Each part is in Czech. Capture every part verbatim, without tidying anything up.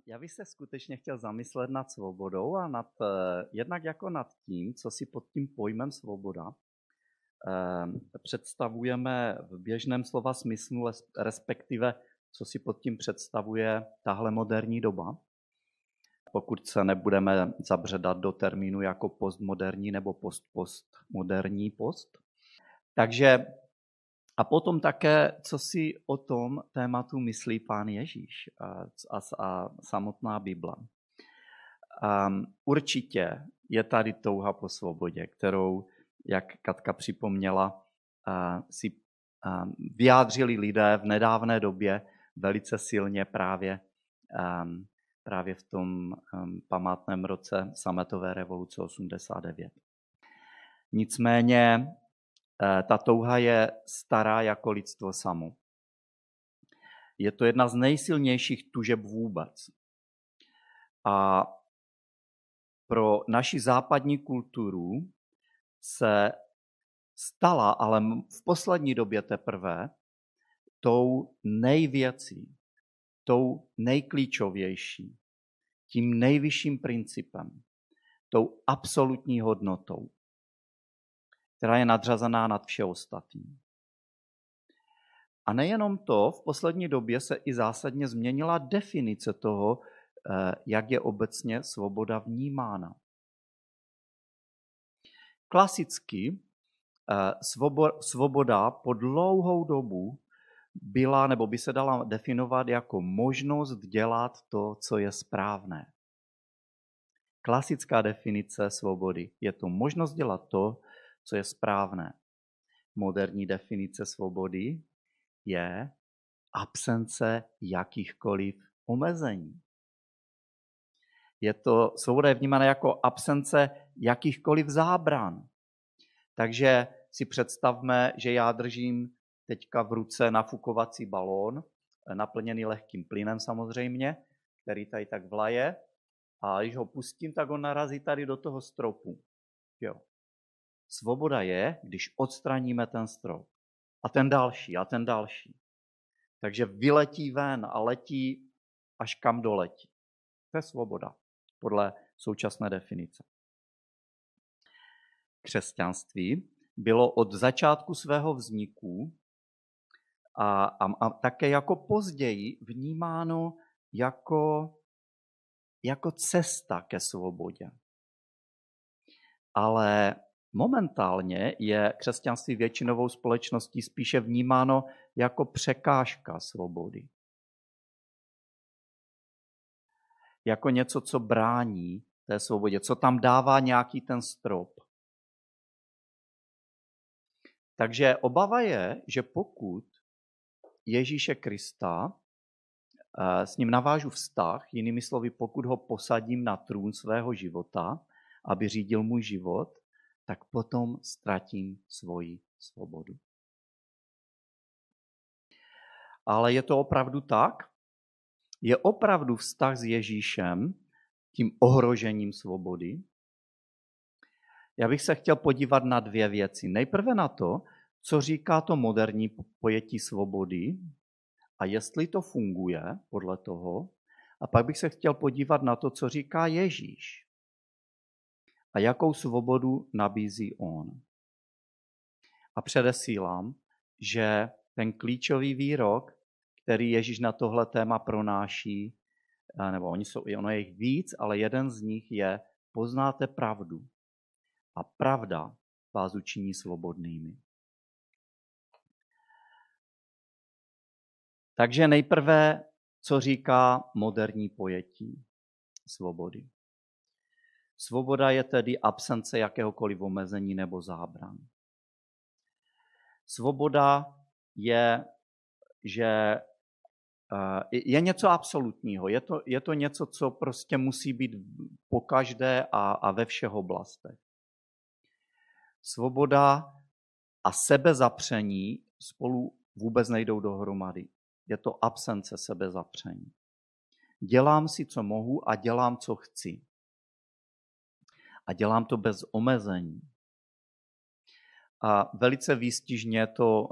Já bych se skutečně chtěl zamyslet nad svobodou a nad, jednak jako nad tím, co si pod tím pojmem svoboda představujeme v běžném slova smyslu, respektive co si pod tím představuje tahle moderní doba. Pokud se nebudeme zabředat do termínu jako postmoderní nebo post-postmoderní post. Takže a potom také, co si o tom tématu myslí Pán Ježíš a, a, a samotná Bible. Um, určitě je tady touha po svobodě, kterou, jak Katka připomněla, uh, si uh, vyjádřili lidé v nedávné době velice silně právě, um, právě v tom um, památném roce sametové revoluce osmdesát devět. Nicméně ta touha je stará jako lidstvo samo. Je to jedna z nejsilnějších tužeb vůbec. A pro naši západní kulturu se stala, ale v poslední době teprve, tou nejvěcí, tou nejklíčovější, tím nejvyšším principem, tou absolutní hodnotou, která je nadřazená nad vše ostatní. A nejenom to, v poslední době se i zásadně změnila definice toho, jak je obecně svoboda vnímána. Klasicky svoboda po dlouhou dobu byla, nebo by se dala definovat jako možnost dělat to, co je správné. Klasická definice svobody je to možnost dělat to, co je správné. Moderní definice svobody je absence jakýchkoliv omezení. Je to, svoboda je vnímána jako absence jakýchkoliv zábran. Takže si představme, že já držím teďka v ruce nafukovací balón, naplněný lehkým plynem samozřejmě, který tady tak vlaje, a když ho pustím, tak on narazí tady do toho stropu. Jo. Svoboda je, když odstraníme ten strop. A ten další, a ten další. Takže vyletí ven a letí, až kam doletí. To je svoboda, podle současné definice. Křesťanství bylo od začátku svého vzniku a, a, a také jako později vnímáno jako, jako cesta ke svobodě. Ale momentálně je křesťanství většinovou společností spíše vnímáno jako překážka svobody. Jako něco, co brání té svobodě, co tam dává nějaký ten strop. Takže obava je, že pokud Ježíše Krista, s ním navážu vztah, jinými slovy, pokud ho posadím na trůn svého života, aby řídil můj život, tak potom ztratím svoji svobodu. Ale je to opravdu tak? Je opravdu vztah s Ježíšem tím ohrožením svobody? Já bych se chtěl podívat na dvě věci. Nejprve na to, co říká to moderní pojetí svobody a jestli to funguje podle toho. A pak bych se chtěl podívat na to, co říká Ježíš a jakou svobodu nabízí on. A předesílám, že ten klíčový výrok, který Ježíš na tohle téma pronáší, nebo oni jsou, ono je jich víc, ale jeden z nich je: poznáte pravdu a pravda vás učiní svobodnými. Takže nejprve, co říká moderní pojetí svobody. Svoboda je tedy absence jakéhokoliv omezení nebo zábran. Svoboda je, že je něco absolutního. Je to, je to něco, co prostě musí být po každé a, a ve všech oblastech. Svoboda a sebezapření spolu vůbec nejdou dohromady. Je to absence sebezapření. Dělám si, co mohu, a dělám, co chci. A dělám to bez omezení. A velice výstižně to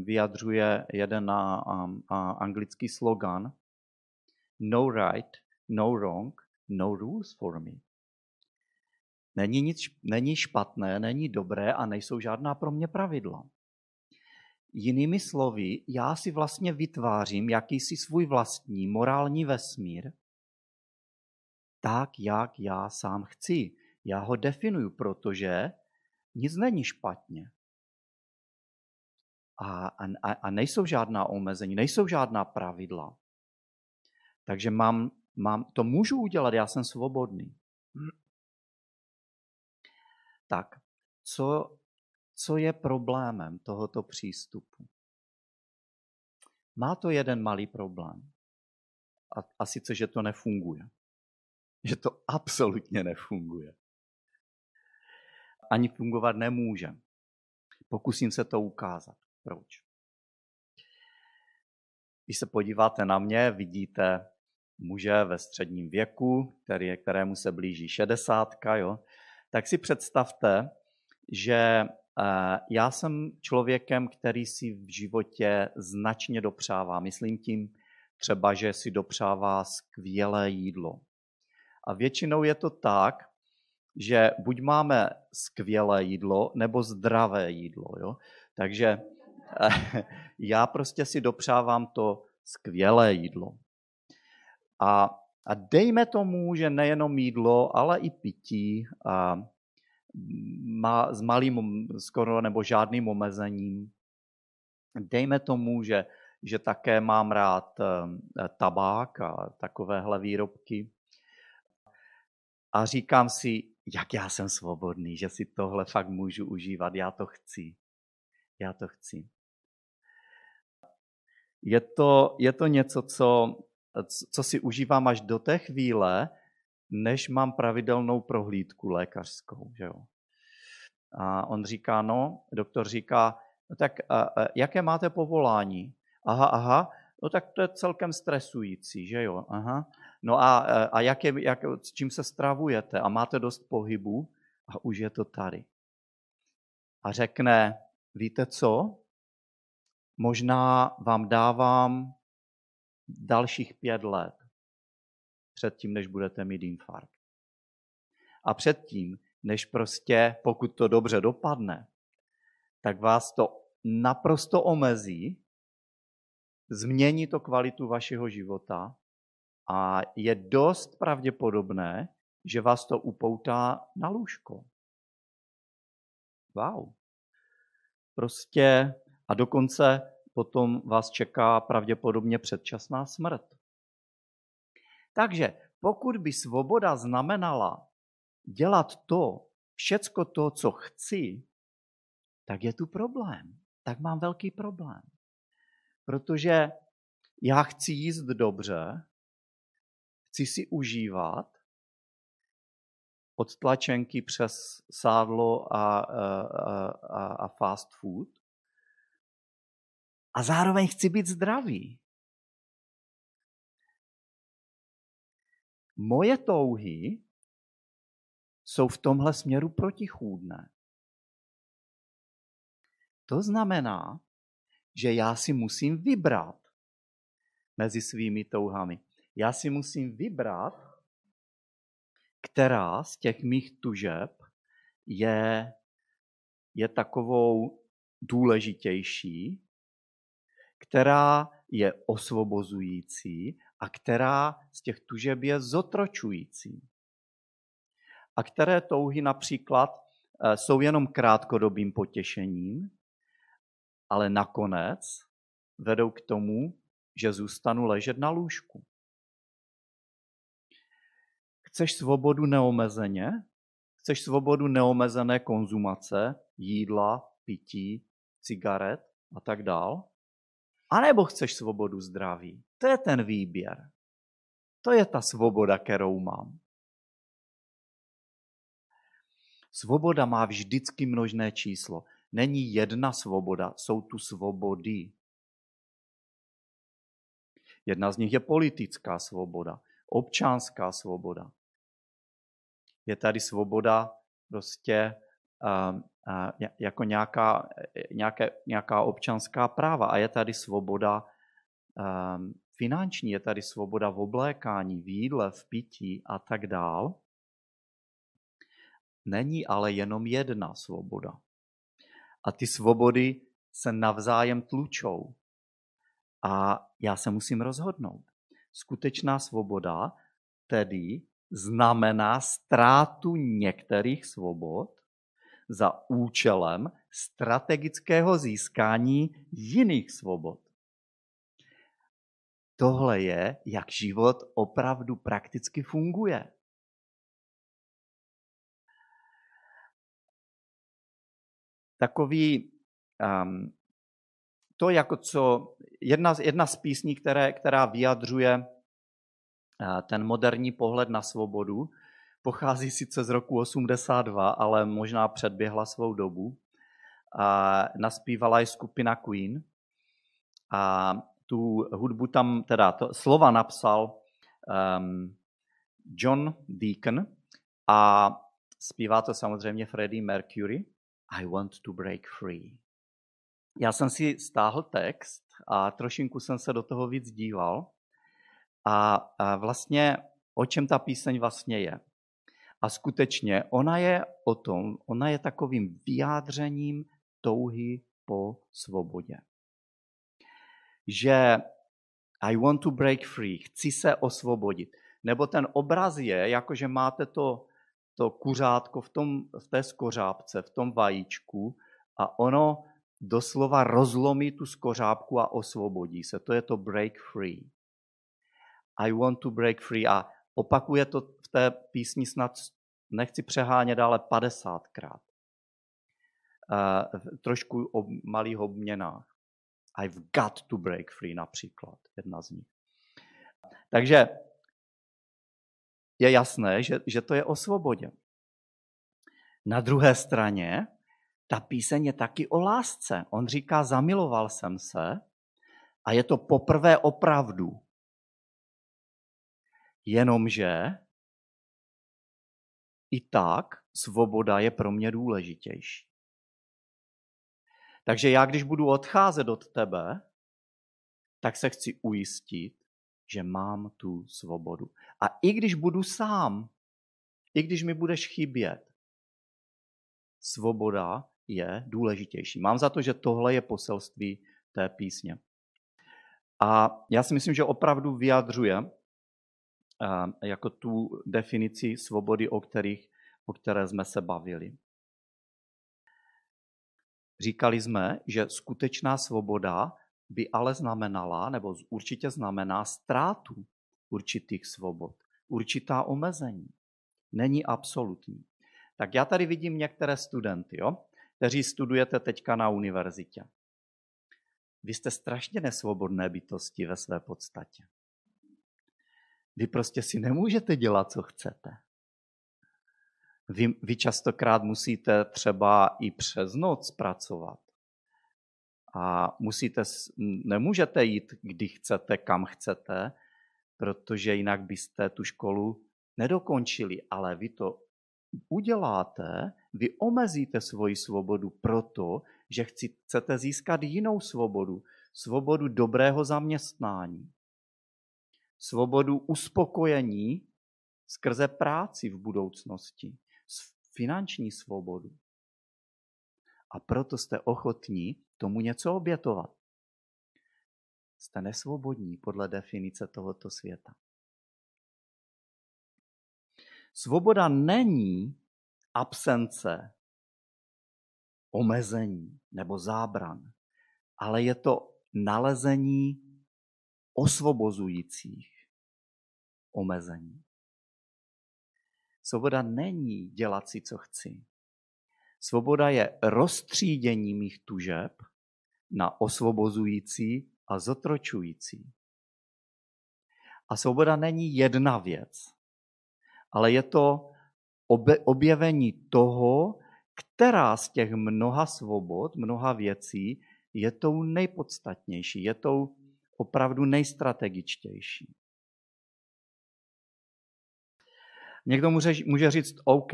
vyjadřuje jeden anglický slogan: No right, no wrong, no rules for me. Není nic, není špatné, není dobré a nejsou žádná pro mě pravidla. Jinými slovy, já si vlastně vytvářím jakýsi svůj vlastní morální vesmír, tak, jak já sám chci. Já ho definuju, protože nic není špatně. A, a, a nejsou žádná omezení, nejsou žádná pravidla. Takže mám, mám, to můžu udělat, já jsem svobodný. Tak, co, co je problémem tohoto přístupu? Má to jeden malý problém. A, a sice, že to nefunguje. Že to absolutně nefunguje. Ani fungovat nemůže. Pokusím se to ukázat. Proč? Když se podíváte na mě, vidíte muže ve středním věku, který, kterému se blíží šedesátka, jo? Tak si představte, že eh, já jsem člověkem, který si v životě značně dopřává. Myslím tím třeba, že si dopřává skvělé jídlo. A většinou je to tak, že buď máme skvělé jídlo, nebo zdravé jídlo. Jo? Takže eh, já prostě si dopřávám to skvělé jídlo. A, a dejme tomu, že nejenom jídlo, ale i pití a má, s malým skoro nebo žádným omezením. Dejme tomu, že, že také mám rád tabák a takovéhle výrobky. A říkám si, jak já jsem svobodný, že si tohle fakt můžu užívat, já to chci. Já to chci. Je to, je to něco, co, co si užívám až do té chvíle, než mám pravidelnou prohlídku lékařskou. Že jo? A on říká, no, doktor říká, no tak a, a, jaké máte povolání? Aha, aha, no tak to je celkem stresující, že jo? Aha. No a, a jak je, jak, s čím se stravujete? A máte dost pohybu? A už je to tady. A řekne, víte co? Možná vám dávám dalších pět let předtím, než budete mít infarkt. A předtím, než prostě, pokud to dobře dopadne, tak vás to naprosto omezí, změní to kvalitu vašeho života a je dost pravděpodobné, že vás to upoutá na lůžko. Wow. Prostě a dokonce potom vás čeká pravděpodobně předčasná smrt. Takže pokud by svoboda znamenala dělat to, všecko to, co chci, tak je tu problém. Tak mám velký problém. Protože já chci jíst dobře, chci si užívat od tlačenky přes sádlo a, a, a, a fast food a zároveň chci být zdravý. Moje touhy jsou v tomhle směru protichůdné. To znamená, že já si musím vybrat mezi svými touhami. Já si musím vybrat, která z těch mých tužeb je, je takovou důležitější, která je osvobozující a která z těch tužeb je zotročující. A které touhy například jsou jenom krátkodobým potěšením, ale nakonec vedou k tomu, že zůstanu ležet na lůžku. Chceš svobodu neomezeně? Chceš svobodu neomezené konzumace, jídla, pití, cigaret a tak dál? A nebo chceš svobodu zdraví? To je ten výběr. To je ta svoboda, kterou mám. Svoboda má vždycky množné číslo. Není jedna svoboda, jsou tu svobody. Jedna z nich je politická svoboda, občanská svoboda. Je tady svoboda prostě uh, uh, jako nějaká, nějaké, nějaká občanská práva a je tady svoboda um, finanční, je tady svoboda v oblékání, v jídle, v pití a tak dál. Není ale jenom jedna svoboda. A ty svobody se navzájem tlučou. A já se musím rozhodnout. Skutečná svoboda tedy znamená ztrátu některých svobod za účelem strategického získání jiných svobod. Tohle je, jak život opravdu prakticky funguje. Takový, um, to jako co, jedna, jedna z písní, které, která vyjadřuje uh, ten moderní pohled na svobodu, pochází sice z roku osmdesát dva, ale možná předběhla svou dobu. Uh, naspívala je skupina Queen a tu hudbu tam, teda to, slova napsal um, John Deacon a zpívá to samozřejmě Freddie Mercury. I want to break free. Já jsem si stáhl text a trošinku jsem se do toho víc díval a, a vlastně o čem ta píseň vlastně je. A skutečně ona je o tom, ona je takovým vyjádřením touhy po svobodě. Že I want to break free, chci se osvobodit. Nebo ten obraz je, jakože máte to, to kuřátko v, tom, v té skořápce, v tom vajíčku a ono doslova rozlomí tu skořápku a osvobodí se. To je to break free. I want to break free. A opakuje to v té písni snad, nechci přehánět, ale padesátkrát. Uh, trošku o malých obměnách. I've got to break free například, jedna z nich. Takže je jasné, že, že to je o svobodě. Na druhé straně ta píseň je taky o lásce. On říká, zamiloval jsem se a je to poprvé opravdu. Jenomže i tak svoboda je pro mě důležitější. Takže já, když budu odcházet od tebe, tak se chci ujistit, že mám tu svobodu. A i když budu sám, i když mi budeš chybět, svoboda je důležitější. Mám za to, že tohle je poselství té písně. A já si myslím, že opravdu vyjadřuje jako tu definici svobody, o, kterých, o které jsme se bavili. Říkali jsme, že skutečná svoboda by ale znamenala, nebo určitě znamená ztrátu určitých svobod, určitá omezení. Není absolutní. Tak já tady vidím některé studenty, jo, kteří studujete teďka na univerzitě. Vy jste strašně nesvobodné bytosti ve své podstatě. Vy prostě si nemůžete dělat, co chcete. Vy, vy častokrát musíte třeba i přes noc pracovat. A musíte, nemůžete jít, kdy chcete, kam chcete, protože jinak byste tu školu nedokončili. Ale vy to uděláte, vy omezíte svoji svobodu proto, že chcete získat jinou svobodu. Svobodu dobrého zaměstnání. Svobodu uspokojení skrze práci v budoucnosti. Finanční svobodu. A proto jste ochotní tomu něco obětovat. Jste nesvobodní podle definice tohoto světa. Svoboda není absence omezení nebo zábran, ale je to nalezení osvobozujících omezení. Svoboda není dělat si, co chci. Svoboda je roztřídění mých tužeb na osvobozující a zotročující. A svoboda není jedna věc, ale je to objevení toho, která z těch mnoha svobod, mnoha věcí je tou nejpodstatnější, je tou opravdu nejstrategičtější. Někdo může, může říct OK,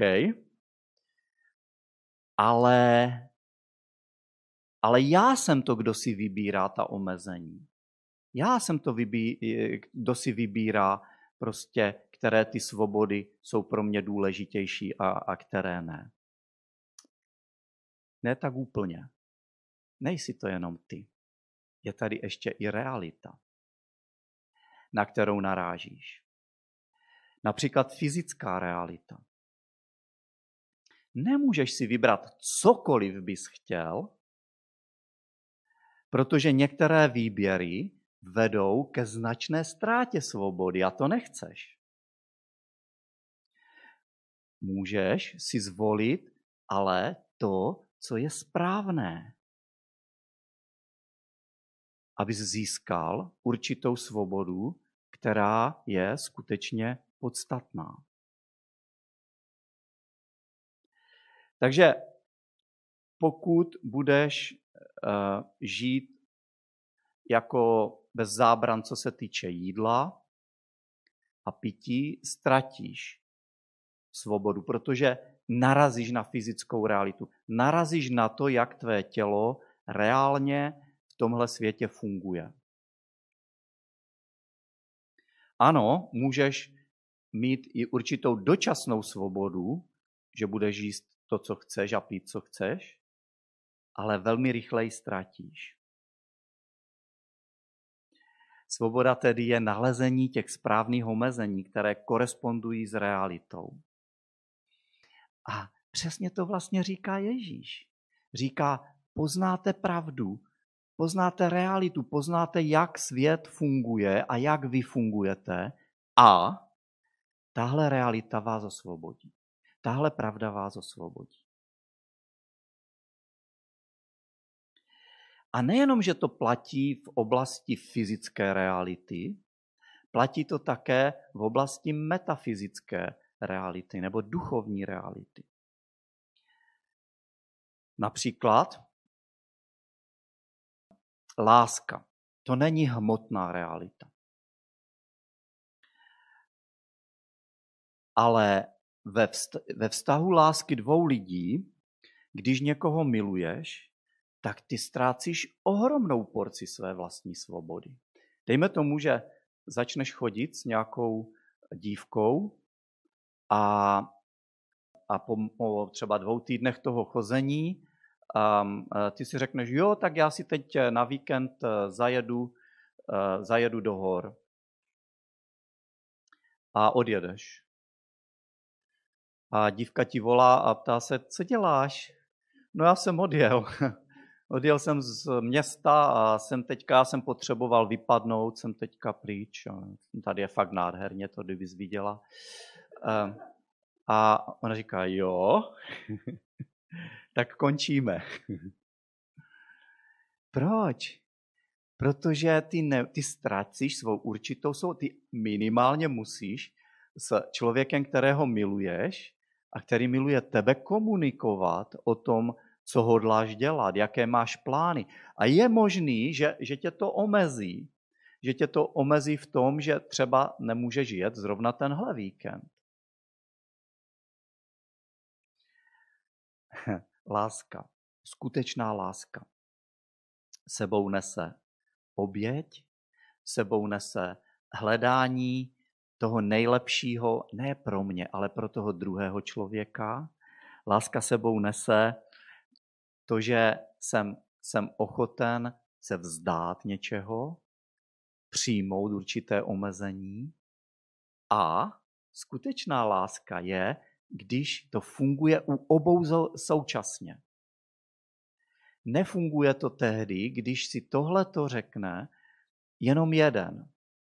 ale, ale já jsem to, kdo si vybírá ta omezení. Já jsem to, vybí, kdo si vybírá prostě, které ty svobody jsou pro mě důležitější a, a které ne. Ne tak úplně. Nejsi to jenom ty. Je tady ještě i realita, na kterou narážíš. Například fyzická realita. Nemůžeš si vybrat cokoliv bys chtěl, protože některé výběry vedou ke značné ztrátě svobody a to nechceš. Můžeš si zvolit ale to, co je správné, abys získal určitou svobodu, která je skutečně podstatná. Takže pokud budeš uh, žít jako bez zábran, co se týče jídla a pití, ztratíš svobodu, protože narazíš na fyzickou realitu. Narazíš na to, jak tvé tělo reálně v tomhle světě funguje. Ano, můžeš mít i určitou dočasnou svobodu, že budeš jíst to, co chceš a pít, co chceš, ale velmi rychle ji ztratíš. Svoboda tedy je nalezení těch správných omezení, které korespondují s realitou. A přesně to vlastně říká Ježíš. Říká, poznáte pravdu, poznáte realitu, poznáte, jak svět funguje a jak vy fungujete a tahle realita vás osvobodí. Tahle pravda vás osvobodí. A nejenom, že to platí v oblasti fyzické reality, platí to také v oblasti metafyzické reality nebo duchovní reality. Například láska. To není hmotná realita. Ale ve vztahu lásky dvou lidí, když někoho miluješ, tak ty ztrácíš ohromnou porci své vlastní svobody. Dejme tomu, že začneš chodit s nějakou dívkou a, a po, po třeba dvou týdnech toho chození um, ty si řekneš, jo, tak já si teď na víkend zajedu, uh, zajedu do hor. A odjedeš. A dívka ti volá a ptá se, co děláš? No já jsem odjel. Odjel jsem z města a jsem teďka, jsem potřeboval vypadnout, jsem teďka pryč. Tady je fakt nádherně, to kdybys viděla. A ona říká, jo, tak končíme. Proč? Protože ty, ne, ty ztrácíš svou určitou svobodu, ty minimálně musíš s člověkem, kterého miluješ a který miluje tebe, komunikovat o tom, co hodláš dělat, jaké máš plány. A je možný, že, že tě to omezí. Že tě to omezí v tom, že třeba nemůžeš jet zrovna tenhle víkend. Láska, skutečná láska sebou nese oběť, sebou nese hledání toho nejlepšího, ne pro mě, ale pro toho druhého člověka. Láska sebou nese to, že jsem, jsem ochoten se vzdát něčeho, přijmout určité omezení a skutečná láska je, když to funguje u obou současně. Nefunguje to tehdy, když si tohleto řekne jenom jeden.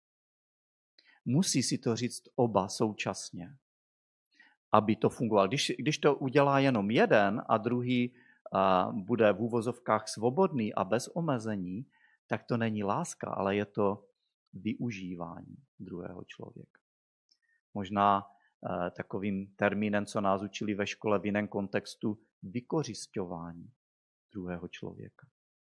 Musí si to říct oba současně, aby to fungovalo. Když, když to udělá jenom jeden a druhý a bude v úvozovkách svobodný a bez omezení, tak to není láska, ale je to využívání druhého člověka. Možná eh, takovým termínem, co nás učili ve škole v jiném kontextu, vykořisťování druhého člověka.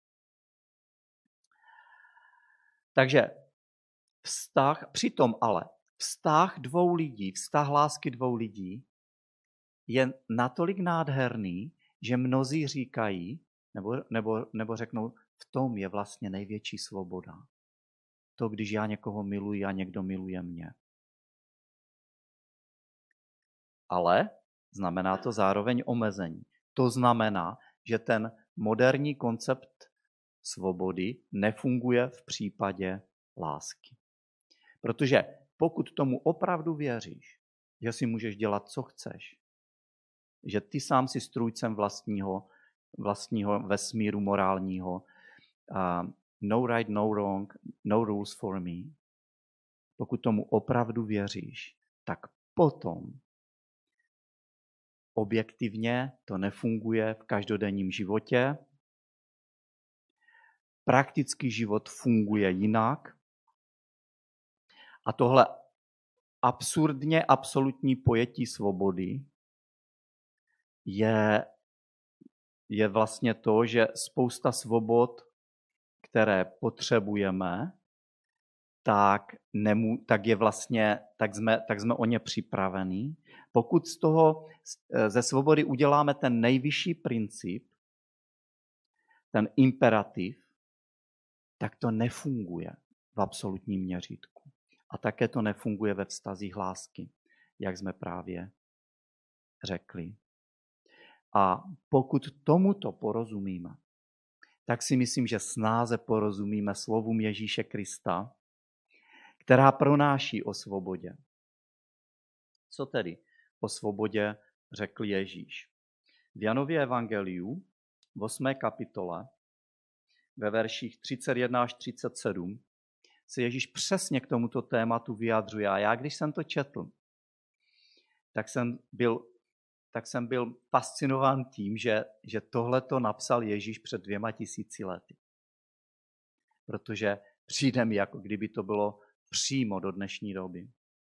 Takže vztah, přitom ale vztah dvou lidí, vztah lásky dvou lidí je natolik nádherný, že mnozí říkají, nebo, nebo, nebo řeknou, v tom je vlastně největší svoboda. to, když já někoho miluji a někdo miluje mě. Ale znamená to zároveň omezení. To znamená, že ten moderní koncept svobody nefunguje v případě lásky. Protože pokud tomu opravdu věříš, že si můžeš dělat, co chceš, že ty sám si strůjcem vlastního, vlastního vesmíru morálního, uh, no right, no wrong, no rules for me, pokud tomu opravdu věříš, tak potom objektivně to nefunguje v každodenním životě. Praktický život funguje jinak. A tohle absurdně absolutní pojetí svobody je, je vlastně to, že spousta svobod, které potřebujeme, tak, nemů, tak je vlastně, tak jsme, tak jsme o ně připravení. Pokud z toho, ze svobody uděláme ten nejvyšší princip, ten imperativ, tak to nefunguje v absolutním měřítku. A také to nefunguje ve vztazích lásky, jak jsme právě řekli. A pokud tomuto porozumíme, tak si myslím, že snáze porozumíme slovům Ježíše Krista, která pronáší o svobodě. Co tedy o svobodě řekl Ježíš? V Janově evangeliu v osmé kapitole ve verších třicet jedna až třicet sedm se Ježíš přesně k tomuto tématu vyjadřuje. A já, když jsem to četl, tak jsem byl, tak jsem byl fascinován tím, že, že tohleto napsal Ježíš před dvěma tisíci lety. Protože přijde mi, jako kdyby to bylo přímo do dnešní doby.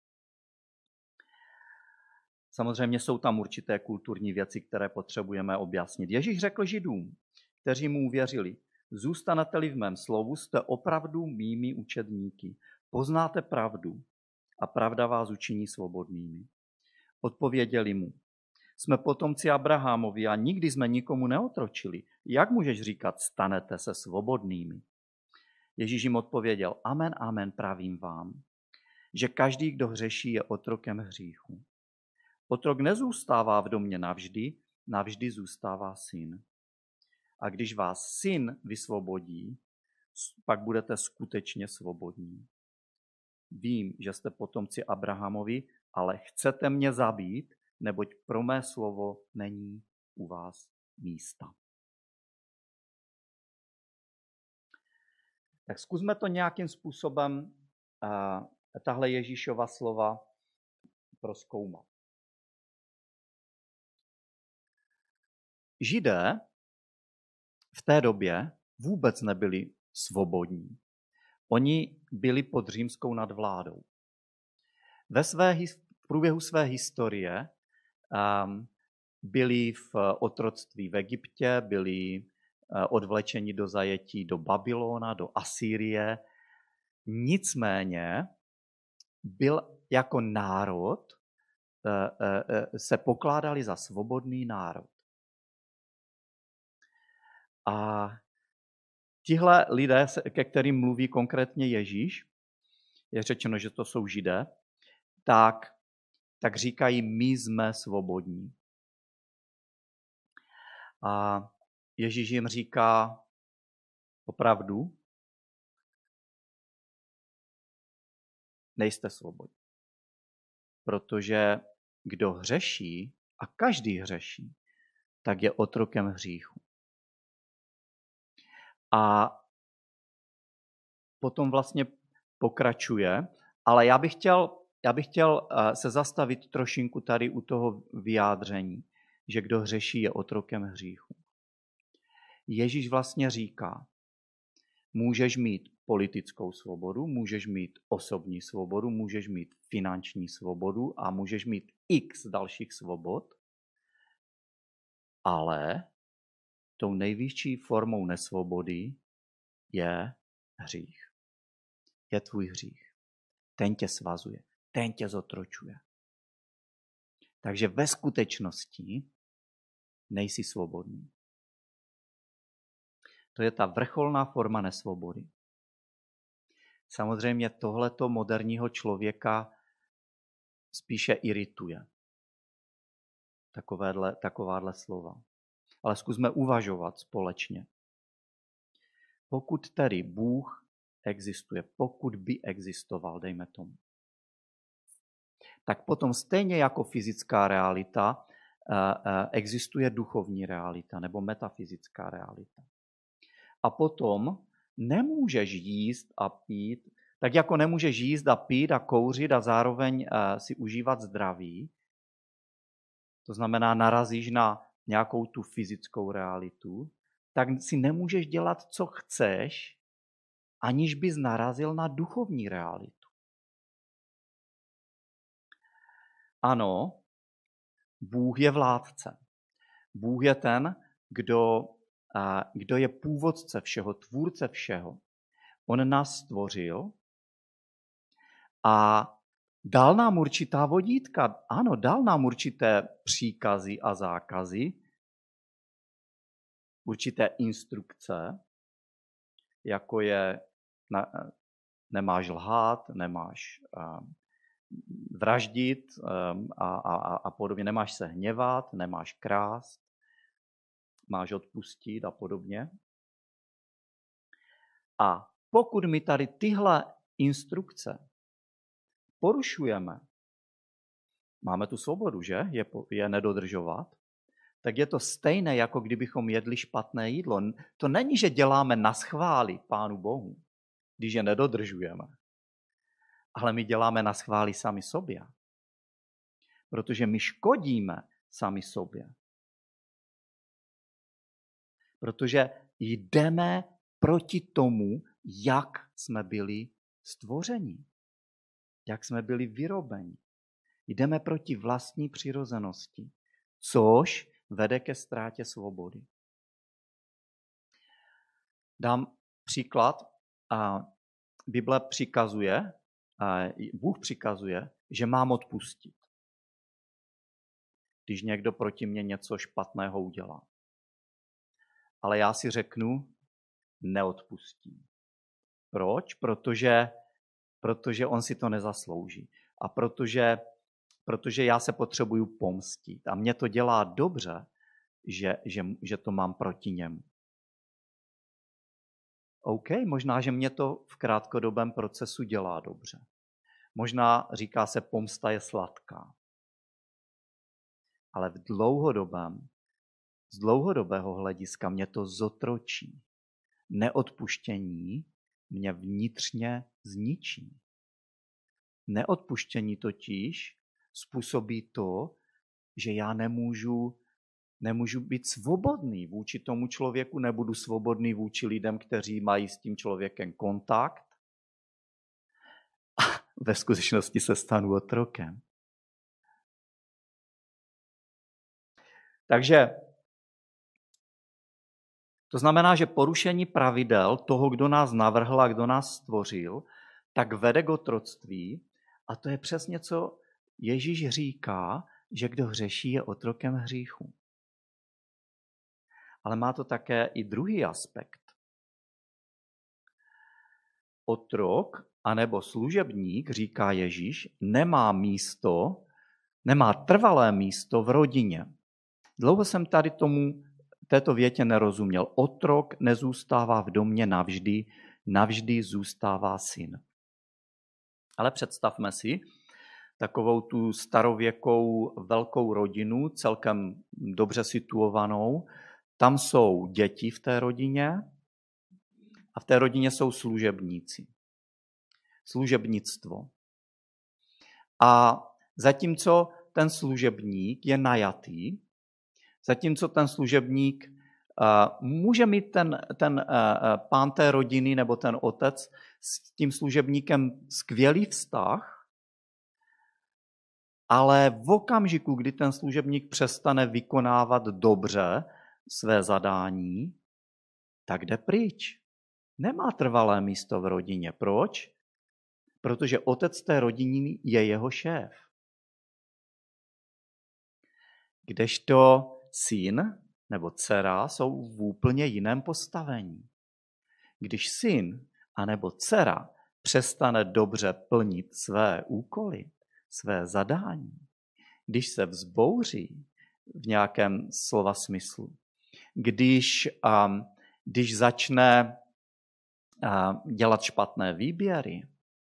Samozřejmě jsou tam určité kulturní věci, které potřebujeme objasnit. Ježíš řekl Židům, kteří mu uvěřili: zůstanete-li v mém slovu, jste opravdu mými učedníky. Poznáte pravdu a pravda vás učiní svobodnými. Odpověděli mu: jsme potomci Abrahamovi a nikdy jsme nikomu neotročili. Jak můžeš říkat, stanete se svobodnými? Ježíš jim odpověděl: amen, amen, pravím vám, že každý, kdo hřeší, je otrokem hříchu. Otrok nezůstává v domě navždy, navždy zůstává syn. A když vás syn vysvobodí, pak budete skutečně svobodní. Vím, že jste potomci Abrahamovi, ale chcete mě zabít, neboť pro mé slovo není u vás místa. Tak zkusme to nějakým způsobem, uh, tahle Ježíšova slova prozkoumat. Židé v té době vůbec nebyli svobodní. Oni byli pod římskou nadvládou. Ve své, v průběhu své historie um, byli v otroctví v Egyptě, byli uh, odvlečeni do zajetí do Babylona, do Asýrie. Nicméně byl jako národ, uh, uh, se pokládali za svobodný národ. A tihle lidé, ke kterým mluví konkrétně Ježíš, je řečeno, že to jsou Židé, tak, tak říkají, my jsme svobodní. A Ježíš jim říká, opravdu, nejste svobodní. Protože kdo hřeší, a každý hřeší, tak je otrokem hříchu. A potom vlastně pokračuje, ale já bych chtěl, já bych chtěl se zastavit trošinku tady u toho vyjádření, že kdo hřeší, je otrokem hříchu. Ježíš vlastně říká, můžeš mít politickou svobodu, můžeš mít osobní svobodu, můžeš mít finanční svobodu a můžeš mít x dalších svobod, ale tou nejvyšší formou nesvobody je hřích. Je tvůj hřích. Ten tě svazuje, ten tě zotročuje. Takže ve skutečnosti nejsi svobodný. To je ta vrcholná forma nesvobody. Samozřejmě tohleto moderního člověka spíše irituje. Takovéhle, takováhle slova. Ale zkusme uvažovat společně. Pokud tedy Bůh existuje, pokud by existoval, dejme tomu, tak potom stejně jako fyzická realita existuje duchovní realita nebo metafyzická realita. A potom nemůžeš jíst a pít, tak jako nemůžeš jíst a pít a kouřit a zároveň si užívat zdraví, to znamená narazíš na nějakou tu fyzickou realitu, tak si nemůžeš dělat, co chceš, aniž bys narazil na duchovní realitu. Ano, Bůh je vládce. Bůh je ten, kdo, kdo je původce všeho, tvůrce všeho. On nás stvořil a dal nám určitá vodítka. Ano, dal nám určité příkazy a zákazy, určité instrukce, jako je nemáš lhát, nemáš vraždit a, a, a podobně, nemáš se hněvat, nemáš krást, máš odpustit a podobně. A pokud my tady tyhle instrukce porušujeme, máme tu svobodu, že? Je, je nedodržovat, tak je to stejné, jako kdybychom jedli špatné jídlo. To není, že děláme naschvály Pánu Bohu, když je nedodržujeme. Ale my děláme naschvály sami sobě. Protože my škodíme sami sobě. Protože jdeme proti tomu, jak jsme byli stvořeni. Jak jsme byli vyrobeni. Jdeme proti vlastní přirozenosti, což vede ke ztrátě svobody. Dám příklad. Bible přikazuje, Bůh přikazuje, že mám odpustit, když někdo proti mně něco špatného udělá. Ale já si řeknu, neodpustím. Proč? Protože, protože on si to nezaslouží. A protože, protože já se potřebuju pomstit. A mě to dělá dobře, že, že, že to mám proti němu. OK, možná, že mě to v krátkodobém procesu dělá dobře. Možná říká se, pomsta je sladká. Ale v dlouhodobém, z dlouhodobého hlediska mě to zotročí. Neodpuštění mě vnitřně zničí. Neodpuštění totiž způsobí to, že já nemůžu, nemůžu být svobodný vůči tomu člověku, nebudu svobodný vůči lidem, kteří mají s tím člověkem kontakt. A ve skutečnosti se stanu otrokem. Takže to znamená, že porušení pravidel toho, kdo nás navrhl a kdo nás stvořil, tak vede k otroctví. A to je přesně, co Ježíš říká, že kdo hřeší, je otrokem hříchu. Ale má to také i druhý aspekt. Otrok anebo služebník, říká Ježíš, nemá místo, nemá trvalé místo v rodině. Dlouho jsem tady tomu této větě nerozuměl. Otrok nezůstává v domě navždy, navždy zůstává syn. Ale představme si takovou tu starověkou velkou rodinu, celkem dobře situovanou. Tam jsou děti v té rodině a v té rodině jsou služebníci. Služebnictvo. A zatímco ten služebník je najatý, zatímco ten služebník uh, může mít ten, ten uh, pán té rodiny nebo ten otec s tím služebníkem skvělý vztah, ale v okamžiku, kdy ten služebník přestane vykonávat dobře své zadání, tak jde pryč. Nemá trvalé místo v rodině. Proč? Protože otec té rodiny je jeho šéf. Kdežto syn nebo dcera jsou v úplně jiném postavení. Když syn anebo dcera přestane dobře plnit své úkoly, své zadání, když se vzbouří v nějakém slova smyslu, když, um, když začne uh, dělat špatné výběry,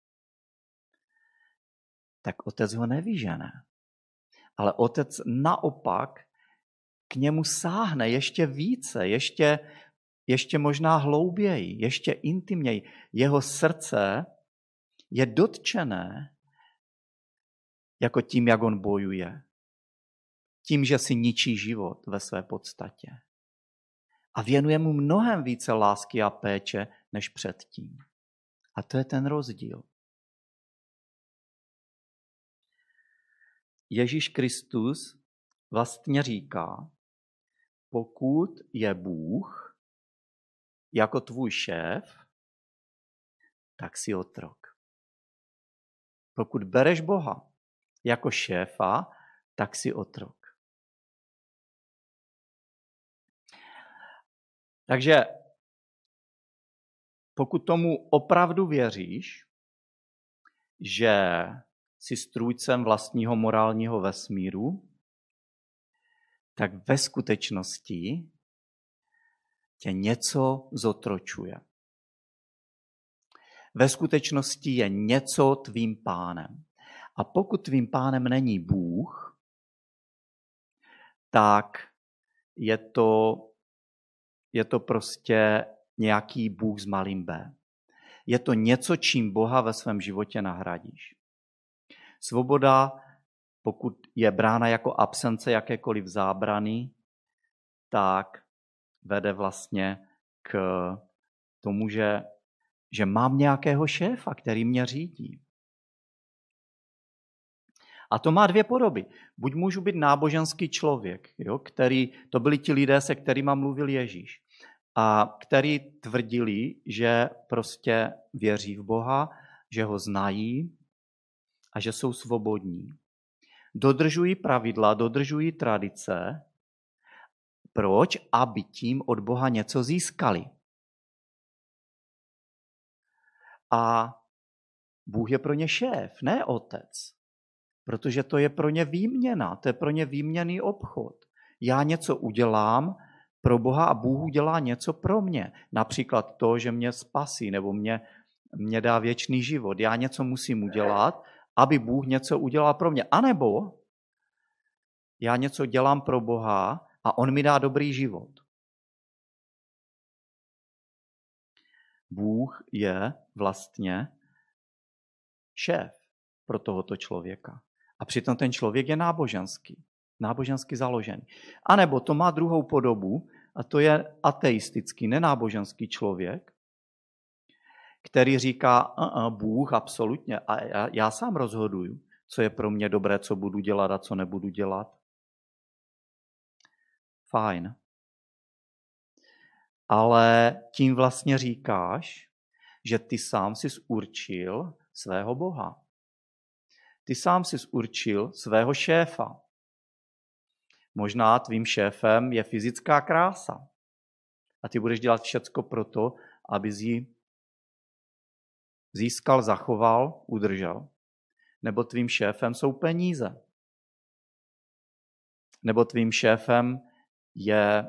tak otec ho nevyžene. Ale otec naopak k němu sáhne ještě více, ještě, ještě možná hlouběji, ještě intimněji. Jeho srdce je dotčené jako tím, jak on bojuje. Tím, že si ničí život ve své podstatě. A věnuje mu mnohem více lásky a péče, než předtím. A to je ten rozdíl. Ježíš Kristus vlastně říká, pokud je Bůh jako tvůj šéf, tak si otrok. Pokud bereš Boha jako šéfa, tak si otrok. Takže pokud tomu opravdu věříš, že jsi strůjcem vlastního morálního vesmíru, tak ve skutečnosti tě něco zotročuje. Ve skutečnosti je něco tvým pánem. A pokud tvým pánem není Bůh, tak je to, je to prostě nějaký Bůh s malým B. Je to něco, čím Boha ve svém životě nahradíš. Svoboda, pokud je brána jako absence jakékoliv zábrany, tak vede vlastně k tomu, že, že mám nějakého šéfa, který mě řídí. A to má dvě podoby. Buď můžu být náboženský člověk, jo, který, to byli ti lidé, se kterými mluvil Ježíš, a který tvrdili, že prostě věří v Boha, že ho znají a že jsou svobodní. Dodržují pravidla, dodržují tradice. Proč? Aby tím od Boha něco získali. A Bůh je pro ně šéf, ne otec. Protože to je pro ně výměna, to je pro ně výměnný obchod. Já něco udělám pro Boha a Bůh udělá něco pro mě. Například to, že mě spasí nebo mě, mě dá věčný život. Já něco musím udělat, aby Bůh něco udělal pro mě. A nebo já něco dělám pro Boha a on mi dá dobrý život. Bůh je vlastně šéf pro tohoto člověka. A přitom ten člověk je náboženský. Nábožensky založený. A nebo to má druhou podobu, a to je ateistický, nenáboženský člověk, který říká, Bůh absolutně, a já, já sám rozhoduju, co je pro mě dobré, co budu dělat a co nebudu dělat. Fajn. Ale tím vlastně říkáš, že ty sám jsi určil svého Boha. Ty sám jsi určil svého šéfa. Možná tvým šéfem je fyzická krása. A ty budeš dělat všecko pro to, abys ji získal, zachoval, udržel. Nebo tvým šéfem jsou peníze. Nebo tvým šéfem je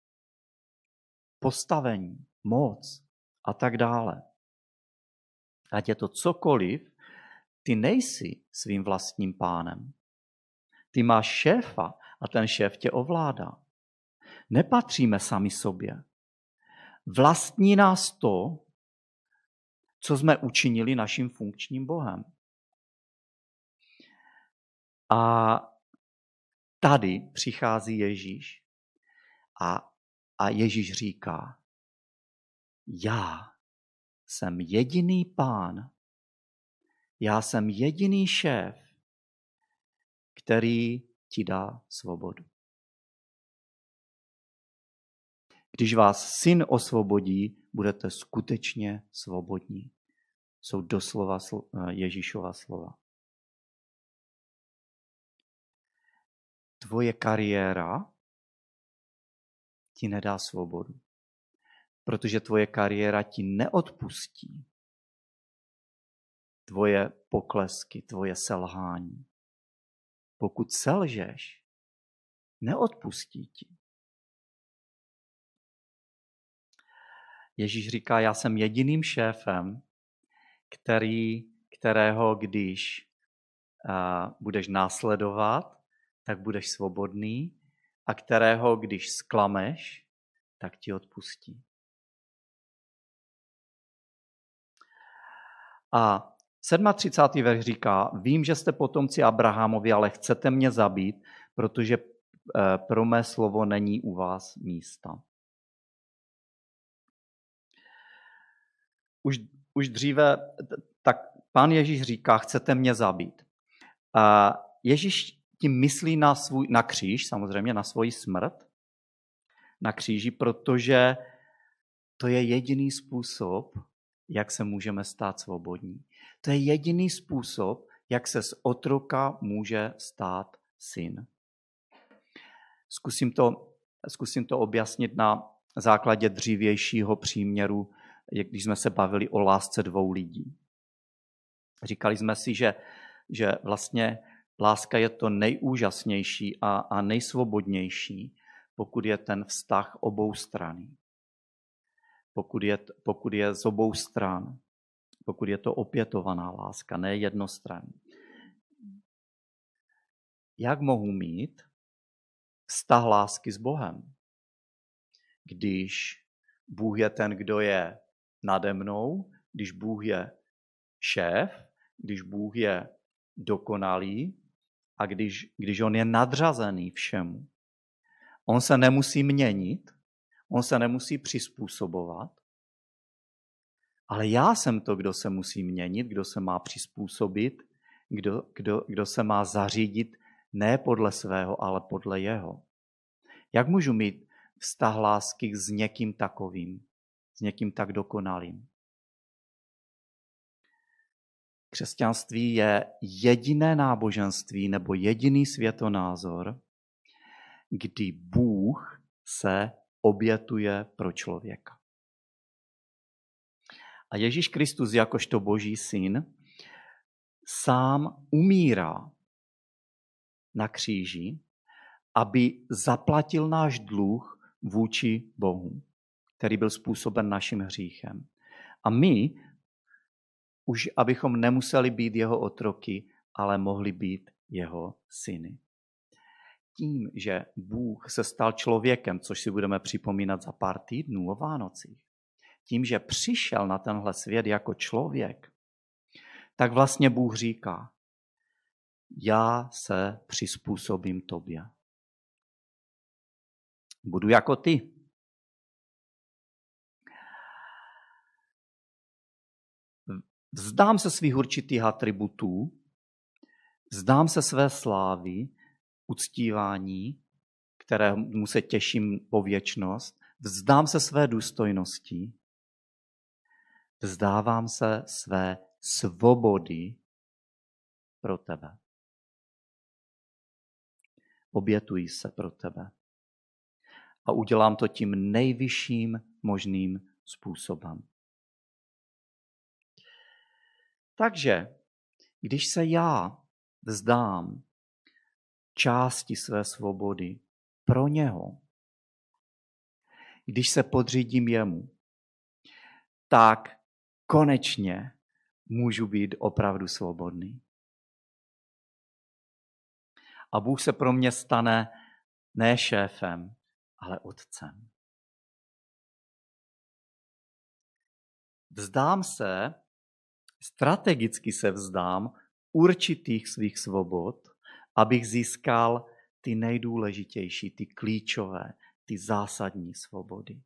postavení, moc a tak dále. Ať je to cokoliv, ty nejsi svým vlastním pánem. Ty máš šéfa a ten šéf tě ovládá. Nepatříme sami sobě. Vlastní nás to, co jsme učinili naším funkčním Bohem. A tady přichází Ježíš a, a Ježíš říká, já jsem jediný pán, já jsem jediný šéf, který ti dá svobodu. Když vás syn osvobodí, budete skutečně svobodní. Jsou doslova Ježíšova slova. Tvoje kariéra ti nedá svobodu, protože tvoje kariéra ti neodpustí tvoje poklesky, tvoje selhání. Pokud selžeš, neodpustí ti. Ježíš říká, já jsem jediným šéfem, který, kterého když uh, budeš následovat, tak budeš svobodný a kterého když zklameš, tak ti odpustí. A třicátý sedmý verš říká, vím, že jste potomci Abrahamovi, ale chcete mě zabít, protože pro mé slovo není u vás místa. Už, už dříve, tak pán Ježíš říká, chcete mě zabít. A Ježíš tím myslí na, svůj, na kříž, samozřejmě na svoji smrt, na kříži, protože to je jediný způsob, jak se můžeme stát svobodní. To je jediný způsob, jak se z otroka může stát syn. Zkusím to, zkusím to objasnit na základě dřívějšího příměru, když jsme se bavili o lásce dvou lidí. Říkali jsme si, že, že vlastně láska je to nejúžasnější a, a nejsvobodnější, pokud je ten vztah oboustranný. Pokud je, pokud je z obou stran, pokud je to opětovaná láska, ne jednostranná. Jak mohu mít vztah lásky s Bohem, když Bůh je ten, kdo je nade mnou, když Bůh je šéf, když Bůh je dokonalý a když, když on je nadřazený všemu. On se nemusí měnit, on se nemusí přizpůsobovat, ale já jsem to, kdo se musí měnit, kdo se má přizpůsobit, kdo, kdo, kdo se má zařídit ne podle svého, ale podle jeho. Jak můžu mít vztah lásky s někým takovým, s někým tak dokonalým? Křesťanství je jediné náboženství nebo jediný světonázor, kdy Bůh se obětuje pro člověka. A Ježíš Kristus jakožto Boží syn sám umírá na kříži, aby zaplatil náš dluh vůči Bohu, který byl způsoben naším hříchem. A my, už abychom nemuseli být jeho otroky, ale mohli být jeho syny. Tím, že Bůh se stal člověkem, což si budeme připomínat za pár týdnů o Vánocích, tím, že přišel na tenhle svět jako člověk, tak vlastně Bůh říká, já se přizpůsobím tobě. Budu jako ty. Vzdám se svých určitých atributů, vzdám se své slávy, uctívání, kterému se těším po věčnost, vzdám se své důstojnosti, vzdávám se své svobody pro tebe. Obětuji se pro tebe. A udělám to tím nejvyšším možným způsobem. Takže, když se já vzdám části své svobody pro něho, když se podřídím jemu, tak konečně můžu být opravdu svobodný. A Bůh se pro mě stane ne šéfem, ale otcem. Vzdám se, strategicky se vzdám určitých svých svobod, abych získal ty nejdůležitější, ty klíčové, ty zásadní svobody.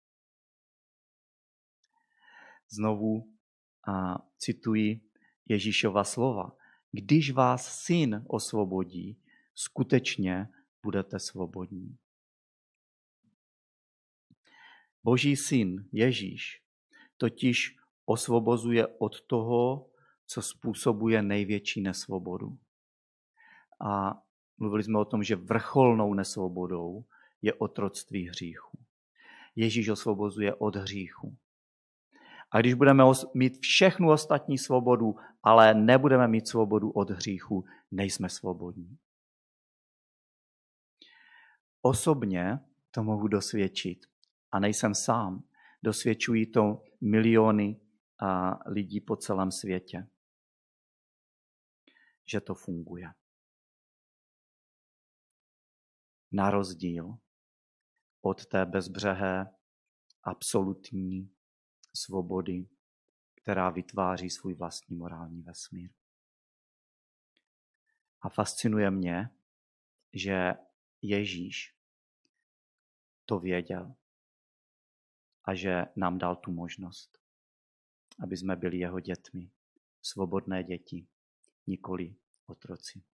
Znovu a, cituji Ježíšova slova. Když vás syn osvobodí, skutečně budete svobodní. Boží syn Ježíš totiž osvobozuje od toho, co způsobuje největší nesvobodu. A mluvili jsme o tom, že vrcholnou nesvobodou je otroctví hříchu. Ježíš osvobozuje od hříchu. A když budeme mít všechnu ostatní svobodu, ale nebudeme mít svobodu od hříchu, nejsme svobodní. Osobně to mohu dosvědčit. A nejsem sám. Dosvědčují to miliony lidí po celém světě. Že to funguje. Na rozdíl od té bezbřehé absolutní svobody, která vytváří svůj vlastní morální vesmír. A fascinuje mě, že Ježíš to věděl a že nám dal tu možnost, aby jsme byli jeho dětmi, svobodné děti, nikoli otroci.